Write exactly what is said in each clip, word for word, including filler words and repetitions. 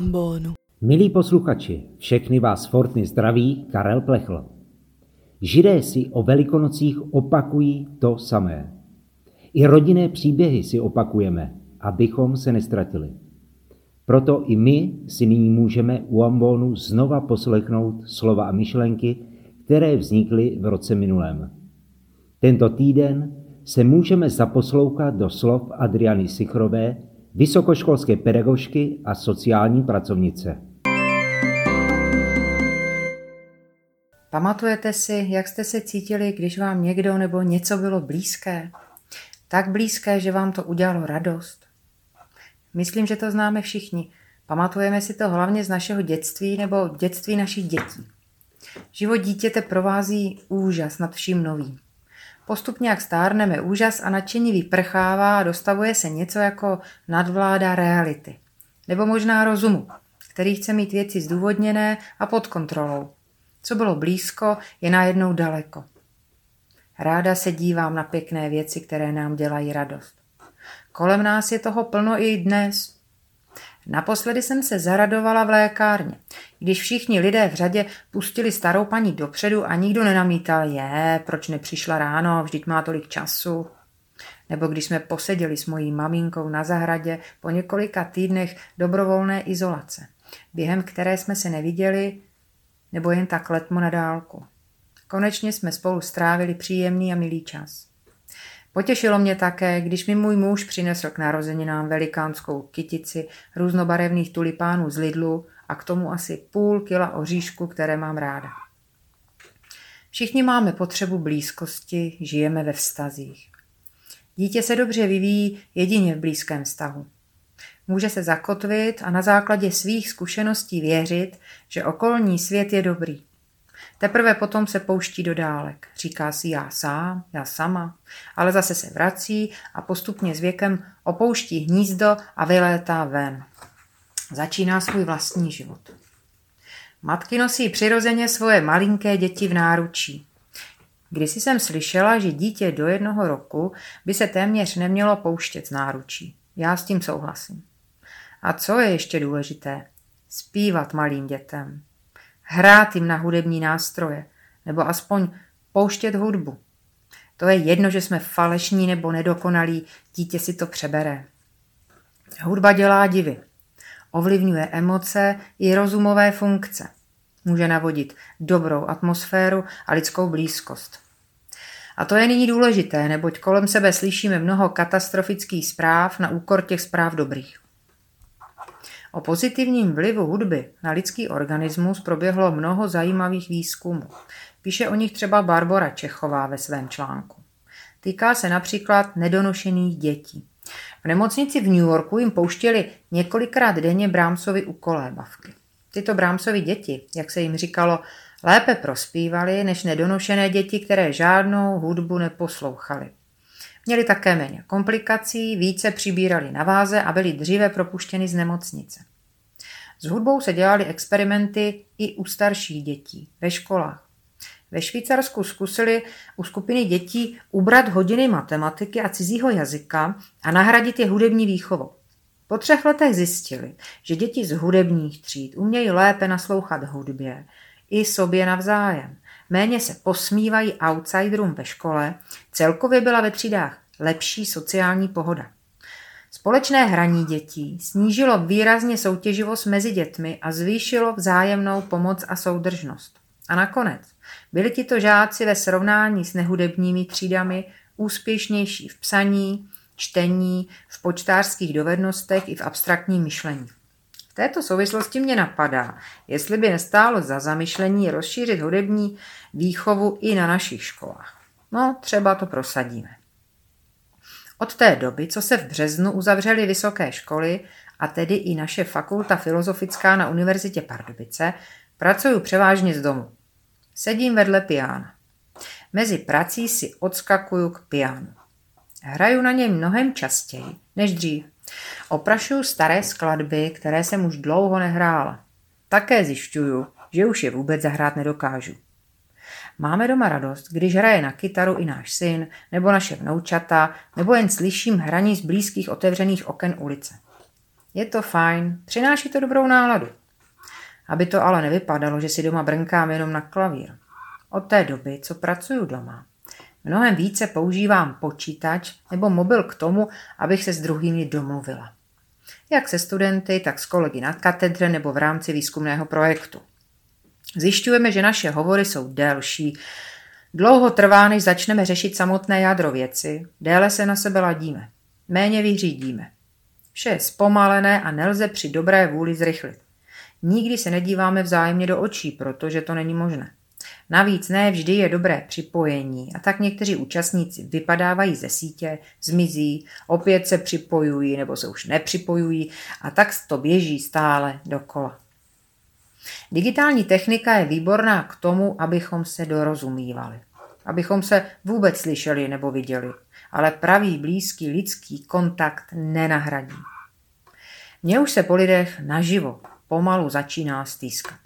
ambonu. Milí posluchači, všechny vás Fortny zdraví Karel Plechl. Židé si o Velikonocích opakují to samé. I rodinné příběhy si opakujeme, abychom se nestratili. Proto i my si nyní můžeme u ambonu znova poslechnout slova a myšlenky, které vznikly v roce minulém. Tento týden se můžeme zaposlouchat do slov Adriany Sichrové, vysokoškolské pedagožky a sociální pracovnice. Pamatujete si, jak jste se cítili, když vám někdo nebo něco bylo blízké? Tak blízké, že vám to udělalo radost? Myslím, že to známe všichni. Pamatujeme si to hlavně z našeho dětství nebo dětství našich dětí. Život dítěte provází úžas nad vším novým. Postupně jak stárneme, úžas a nadšení vyprchává a dostavuje se něco jako nadvláda reality. Nebo možná rozumu, který chce mít věci zdůvodněné a pod kontrolou. Co bylo blízko, je najednou daleko. Ráda se dívám na pěkné věci, které nám dělají radost. Kolem nás je toho plno i dnes. Naposledy jsem se zaradovala v lékárně, když všichni lidé v řadě pustili starou paní dopředu a nikdo nenamítal, je, proč nepřišla ráno, vždyť má tolik času. Nebo když jsme poseděli s mojí maminkou na zahradě po několika týdnech dobrovolné izolace, během které jsme se neviděli, nebo jen tak letmo na dálku. Konečně jsme spolu strávili příjemný a milý čas. Potěšilo mě také, když mi můj muž přinesl k narozeninám velikánskou kytici různobarevných tulipánů z Lidlu a k tomu asi půl kila oříšku, které mám ráda. Všichni máme potřebu blízkosti, žijeme ve vztazích. Dítě se dobře vyvíjí jedině v blízkém vztahu. Může se zakotvit a na základě svých zkušeností věřit, že okolní svět je dobrý. Teprve potom se pouští do dálek. Říká si já sám, já sama, ale zase se vrací a postupně s věkem opouští hnízdo a vylétá ven. Začíná svůj vlastní život. Matky nosí přirozeně svoje malinké děti v náručí. Kdysi jsem slyšela, že dítě do jednoho roku by se téměř nemělo pouštět z náručí. Já s tím souhlasím. A co je ještě důležité? Zpívat malým dětem. Hrát jim na hudební nástroje, nebo aspoň pouštět hudbu. To je jedno, že jsme falešní nebo nedokonalí, dítě si to přebere. Hudba dělá divy. Ovlivňuje emoce i rozumové funkce. Může navodit dobrou atmosféru a lidskou blízkost. A to je nyní důležité, neboť kolem sebe slyšíme mnoho katastrofických zpráv na úkor těch zpráv dobrých. O pozitivním vlivu hudby na lidský organismus proběhlo mnoho zajímavých výzkumů. Píše o nich třeba Barbora Čechová ve svém článku. Týká se například nedonošených dětí. V nemocnici v New Yorku jim pouštěli několikrát denně Brahmsovy ukolébavky. Tyto Brahmsovy děti, jak se jim říkalo, lépe prospívaly než nedonošené děti, které žádnou hudbu neposlouchaly. Měli také méně komplikací, více přibírali na váze a byli dříve propuštěni z nemocnice. S hudbou se dělaly experimenty i u starších dětí, ve školách. Ve Švýcarsku zkusili u skupiny dětí ubrat hodiny matematiky a cizího jazyka a nahradit je hudební výchovou. Po třech letech zjistili, že děti z hudebních tříd umějí lépe naslouchat hudbě i sobě navzájem. Méně se posmívají outsiderům ve škole, celkově byla ve třídách lepší sociální pohoda. Společné hraní dětí snížilo výrazně soutěživost mezi dětmi a zvýšilo vzájemnou pomoc a soudržnost. A nakonec byli tito žáci ve srovnání s nehudebními třídami úspěšnější v psaní, čtení, v počtářských dovednostech i v abstraktním myšlení. V této souvislosti mě napadá, jestli by nestálo za zamyšlení rozšířit hudební výchovu i na našich školách. No, třeba to prosadíme. Od té doby, co se v březnu uzavřely vysoké školy, a tedy i naše fakulta filozofická na Univerzitě Pardubice, pracuju převážně z domu. Sedím vedle piána. Mezi prací si odskakuju k piánu. Hraju na něm mnohem častěji než dřív. Oprašuju staré skladby, které jsem už dlouho nehrála. Také zjišťuju, že už je vůbec zahrát nedokážu. Máme doma radost, když hraje na kytaru i náš syn, nebo naše vnoučata, nebo jen slyším hraní z blízkých otevřených oken ulice. Je to fajn, přináší to dobrou náladu. Aby to ale nevypadalo, že si doma brnkám jenom na klavír. Od té doby, co pracuju doma, mnohem více používám počítač nebo mobil k tomu, abych se s druhými domluvila. Jak se studenty, tak s kolegy na katedře nebo v rámci výzkumného projektu. Zjišťujeme, že naše hovory jsou delší. Dlouho trvá, než začneme řešit samotné jádro věci, déle se na sebe ladíme, méně vyřídíme. Vše je zpomalené a nelze při dobré vůli zrychlit. Nikdy se nedíváme vzájemně do očí, protože to není možné. Navíc ne vždy je dobré připojení a tak někteří účastníci vypadávají ze sítě, zmizí, opět se připojují nebo se už nepřipojují a tak to běží stále dokola. Digitální technika je výborná k tomu, abychom se dorozumívali, abychom se vůbec slyšeli nebo viděli, ale pravý blízký lidský kontakt nenahradí. Mně už se po lidech naživo pomalu začíná stýskat.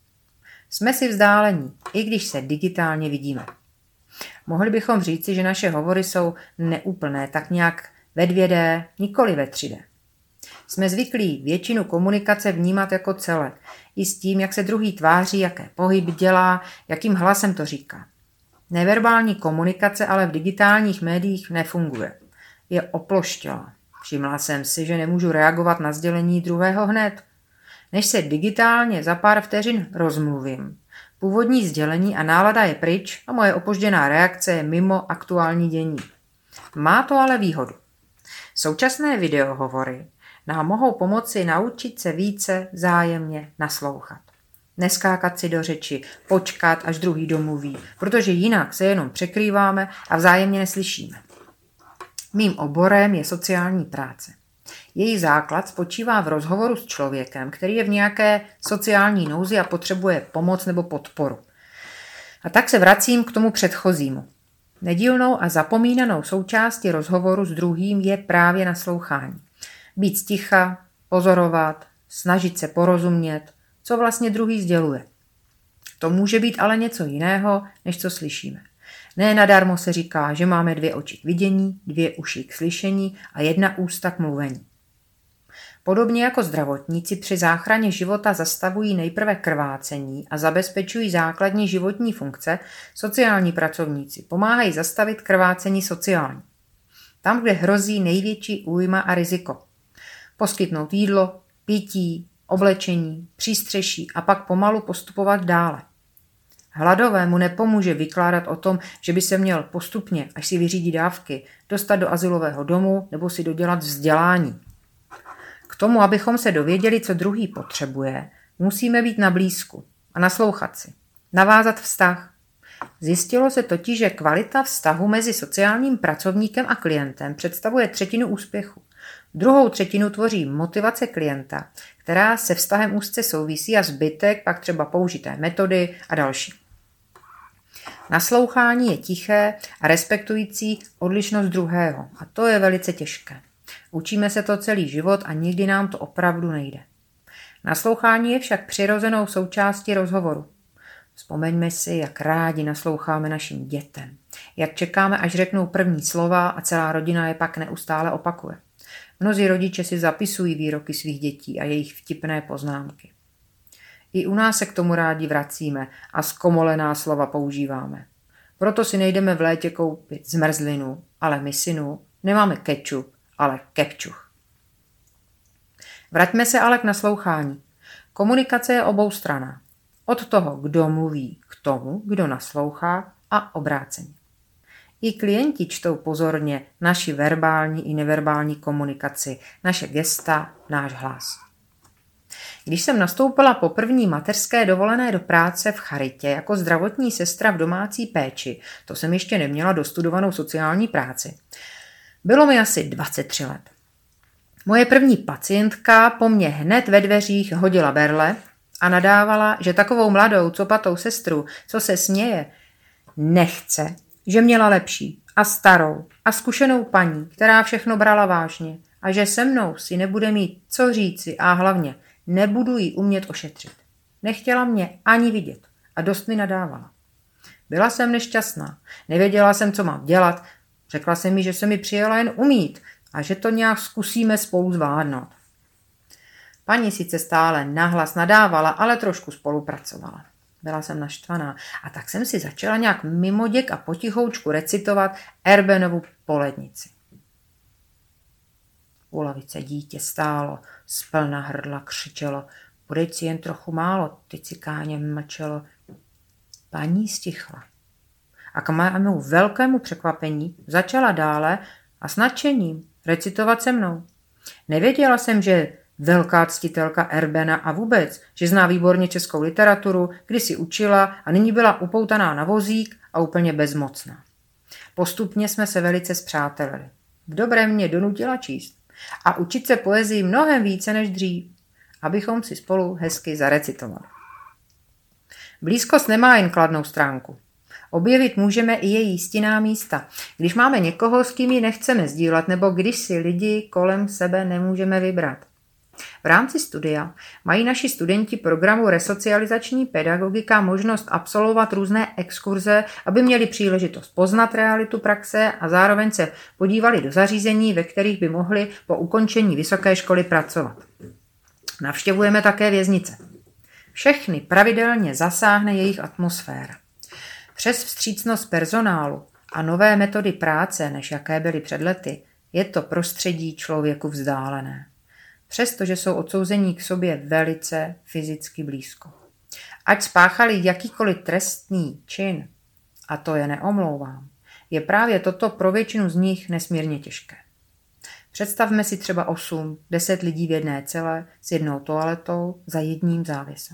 Jsme si vzdálení, i když se digitálně vidíme. Mohli bychom říci, že naše hovory jsou neúplné, tak nějak ve dvě dé, nikoli ve tři dé. Jsme zvyklí většinu komunikace vnímat jako celek, i s tím, jak se druhý tváří, jaké pohyb dělá, jakým hlasem to říká. Neverbální komunikace ale v digitálních médiích nefunguje. Je oploštělá. Všimla jsem si, že nemůžu reagovat na sdělení druhého hned. Než se digitálně za pár vteřin rozmluvím, původní sdělení a nálada je pryč a moje opožděná reakce je mimo aktuální dění. Má to ale výhodu. Současné videohovory nám mohou pomoci naučit se více vzájemně naslouchat. Neskákat si do řeči, počkat, až druhý domluví, protože jinak se jenom překrýváme a vzájemně neslyšíme. Mým oborem je sociální práce. Její základ spočívá v rozhovoru s člověkem, který je v nějaké sociální nouzi a potřebuje pomoc nebo podporu. A tak se vracím k tomu předchozímu. Nedílnou a zapomínanou součástí rozhovoru s druhým je právě naslouchání. Být sticha, pozorovat, snažit se porozumět, co vlastně druhý sděluje. To může být ale něco jiného, než co slyšíme. Ne nadarmo se říká, že máme dvě oči k vidění, dvě uši k slyšení a jedna ústa k mluvení. Podobně jako zdravotníci při záchraně života zastavují nejprve krvácení a zabezpečují základní životní funkce, sociální pracovníci pomáhají zastavit krvácení sociální. Tam, kde hrozí největší újma a riziko. Poskytnout jídlo, pití, oblečení, přístřeší a pak pomalu postupovat dále. Hladovému nepomůže vykládat o tom, že by se měl postupně, až si vyřídí dávky, dostat do azylového domu nebo si dodělat vzdělání. K tomu, abychom se dověděli, co druhý potřebuje, musíme být na blízku a naslouchat si, navázat vztah. Zjistilo se totiž, že kvalita vztahu mezi sociálním pracovníkem a klientem představuje třetinu úspěchu. Druhou třetinu tvoří motivace klienta, která se vztahem úzce souvisí a zbytek pak třeba použité metody a další. Naslouchání je tiché a respektující odlišnost druhého a to je velice těžké. Učíme se to celý život a nikdy nám to opravdu nejde. Naslouchání je však přirozenou součástí rozhovoru. Vzpomeňme si, jak rádi nasloucháme našim dětem, jak čekáme, až řeknou první slova a celá rodina je pak neustále opakuje. Mnozí rodiče si zapisují výroky svých dětí a jejich vtipné poznámky. I u nás se k tomu rádi vracíme a zkomolená slova používáme. Proto si nejdeme v létě koupit zmrzlinu, ale misinu, nemáme kečup, ale kepčuch. Vraťme se ale k naslouchání. Komunikace je oboustranná. Od toho, kdo mluví, k tomu, kdo naslouchá a obráceně. I klienti čtou pozorně naši verbální i neverbální komunikaci, naše gesta, náš hlas. Když jsem nastoupila po první mateřské dovolené do práce v charitě jako zdravotní sestra v domácí péči, to jsem ještě neměla dostudovanou sociální práci, bylo mi asi dvacet tři let. Moje první pacientka po mně hned ve dveřích hodila berle a nadávala, že takovou mladou copatou sestru, co se směje, nechce, že měla lepší a starou a zkušenou paní, která všechno brala vážně a že se mnou si nebude mít co říci a hlavně nebudu jí umět ošetřit. Nechtěla mě ani vidět a dost mi nadávala. Byla jsem nešťastná, nevěděla jsem, co mám dělat, řekla jsem mi, že se mi přijela jen umít a že to nějak zkusíme spolu zvládnout. Paní sice stále nahlas nadávala, ale trošku spolupracovala. Byla jsem naštvaná a tak jsem si začala nějak mimoděk a potichoučku recitovat Erbenovu Polednici. U lavice dítě stálo, splna hrdla křičelo, budeš si jen trochu málo, ty cikáně mlčelo. Paní stichla a k mému velkému překvapení začala dále a s nadšením recitovat se mnou. Nevěděla jsem, že je velká ctitelka Erbena a vůbec, že zná výborně českou literaturu, kdysi učila a nyní byla upoutaná na vozík a úplně bezmocná. Postupně jsme se velice spřátelili. V dobrém mě donutila číst a učit se poezii mnohem více než dřív, abychom si spolu hezky zarecitovali. Blízkost nemá jen kladnou stránku. Objevit můžeme i její stinná místa, když máme někoho, s kým ji nechceme sdílet, nebo když si lidi kolem sebe nemůžeme vybrat. V rámci studia mají naši studenti programu Resocializační pedagogika možnost absolvovat různé exkurze, aby měli příležitost poznat realitu praxe a zároveň se podívali do zařízení, ve kterých by mohli po ukončení vysoké školy pracovat. Navštěvujeme také věznice. Všechny pravidelně zasáhne jejich atmosféra. Přes vstřícnost personálu a nové metody práce, než jaké byly před lety, je to prostředí člověku vzdálené. Přestože jsou odsouzení k sobě velice fyzicky blízko. Ať spáchali jakýkoliv trestný čin, a to je neomlouvám, je právě toto pro většinu z nich nesmírně těžké. Představme si třeba osm, deset lidí v jedné celé s jednou toaletou za jedním závěsem.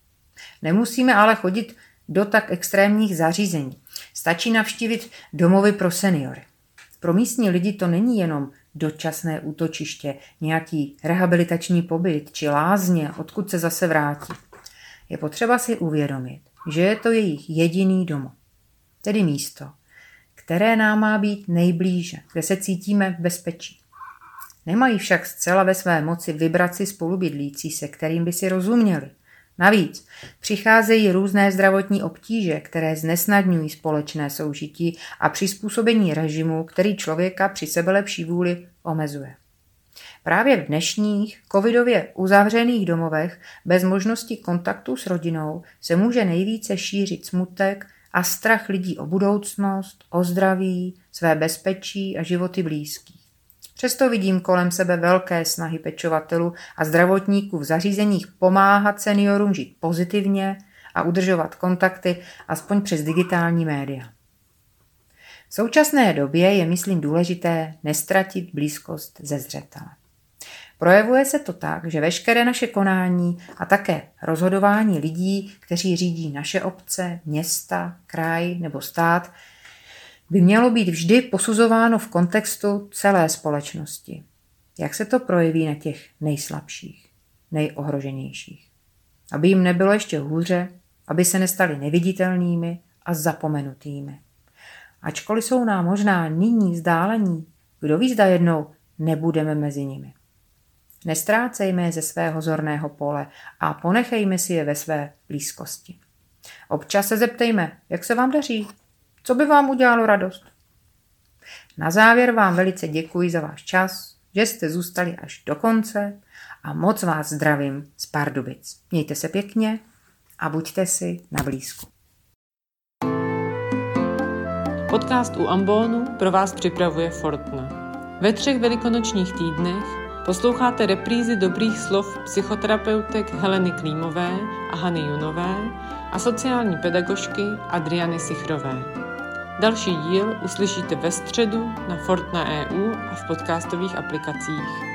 Nemusíme ale chodit do tak extrémních zařízení. Stačí navštívit domovy pro seniory. Pro místní lidi to není jenom dočasné útočiště, nějaký rehabilitační pobyt či lázně, odkud se zase vrátí. Je potřeba si uvědomit, že je to jejich jediný domov. Tedy místo, které nám má být nejblíže, kde se cítíme v bezpečí. Nemají však zcela ve své moci vybrat si spolubydlící, se kterým by si rozuměli. Navíc přicházejí různé zdravotní obtíže, které znesnadňují společné soužití a přizpůsobení režimu, který člověka při sebelepší vůli omezuje. Právě v dnešních covidově uzavřených domovech bez možnosti kontaktu s rodinou se může nejvíce šířit smutek a strach lidí o budoucnost, o zdraví, své bezpečí a životy blízkých. Přesto vidím kolem sebe velké snahy pečovatelů a zdravotníků v zařízeních pomáhat seniorům žít pozitivně a udržovat kontakty aspoň přes digitální média. V současné době je, myslím, důležité nestratit blízkost ze zřetele. Projevuje se to tak, že veškeré naše konání a také rozhodování lidí, kteří řídí naše obce, města, kraj nebo stát, by mělo být vždy posuzováno v kontextu celé společnosti. Jak se to projeví na těch nejslabších, nejohroženějších. Aby jim nebylo ještě hůře, aby se nestali neviditelnými a zapomenutými. Ačkoliv jsou nám možná nyní vzdálení, kdo ví, zda jednou nebudeme mezi nimi. Nestrácejme je ze svého zorného pole a ponechejme si je ve své blízkosti. Občas se zeptejme, jak se vám daří, co by vám udělalo radost. Na závěr vám velice děkuji za váš čas, že jste zůstali až do konce a moc vás zdravím z Pardubic. Mějte se pěkně a buďte si na blízku. Podcast u ambonu pro vás připravuje Fortna. Ve třech velikonočních týdnech posloucháte reprízy dobrých slov psychoterapeutek Heleny Klímové a Hany Junové a sociální pedagožky Adriany Sichrové. Další díl uslyšíte ve středu na Fortna tečka e u a v podcastových aplikacích.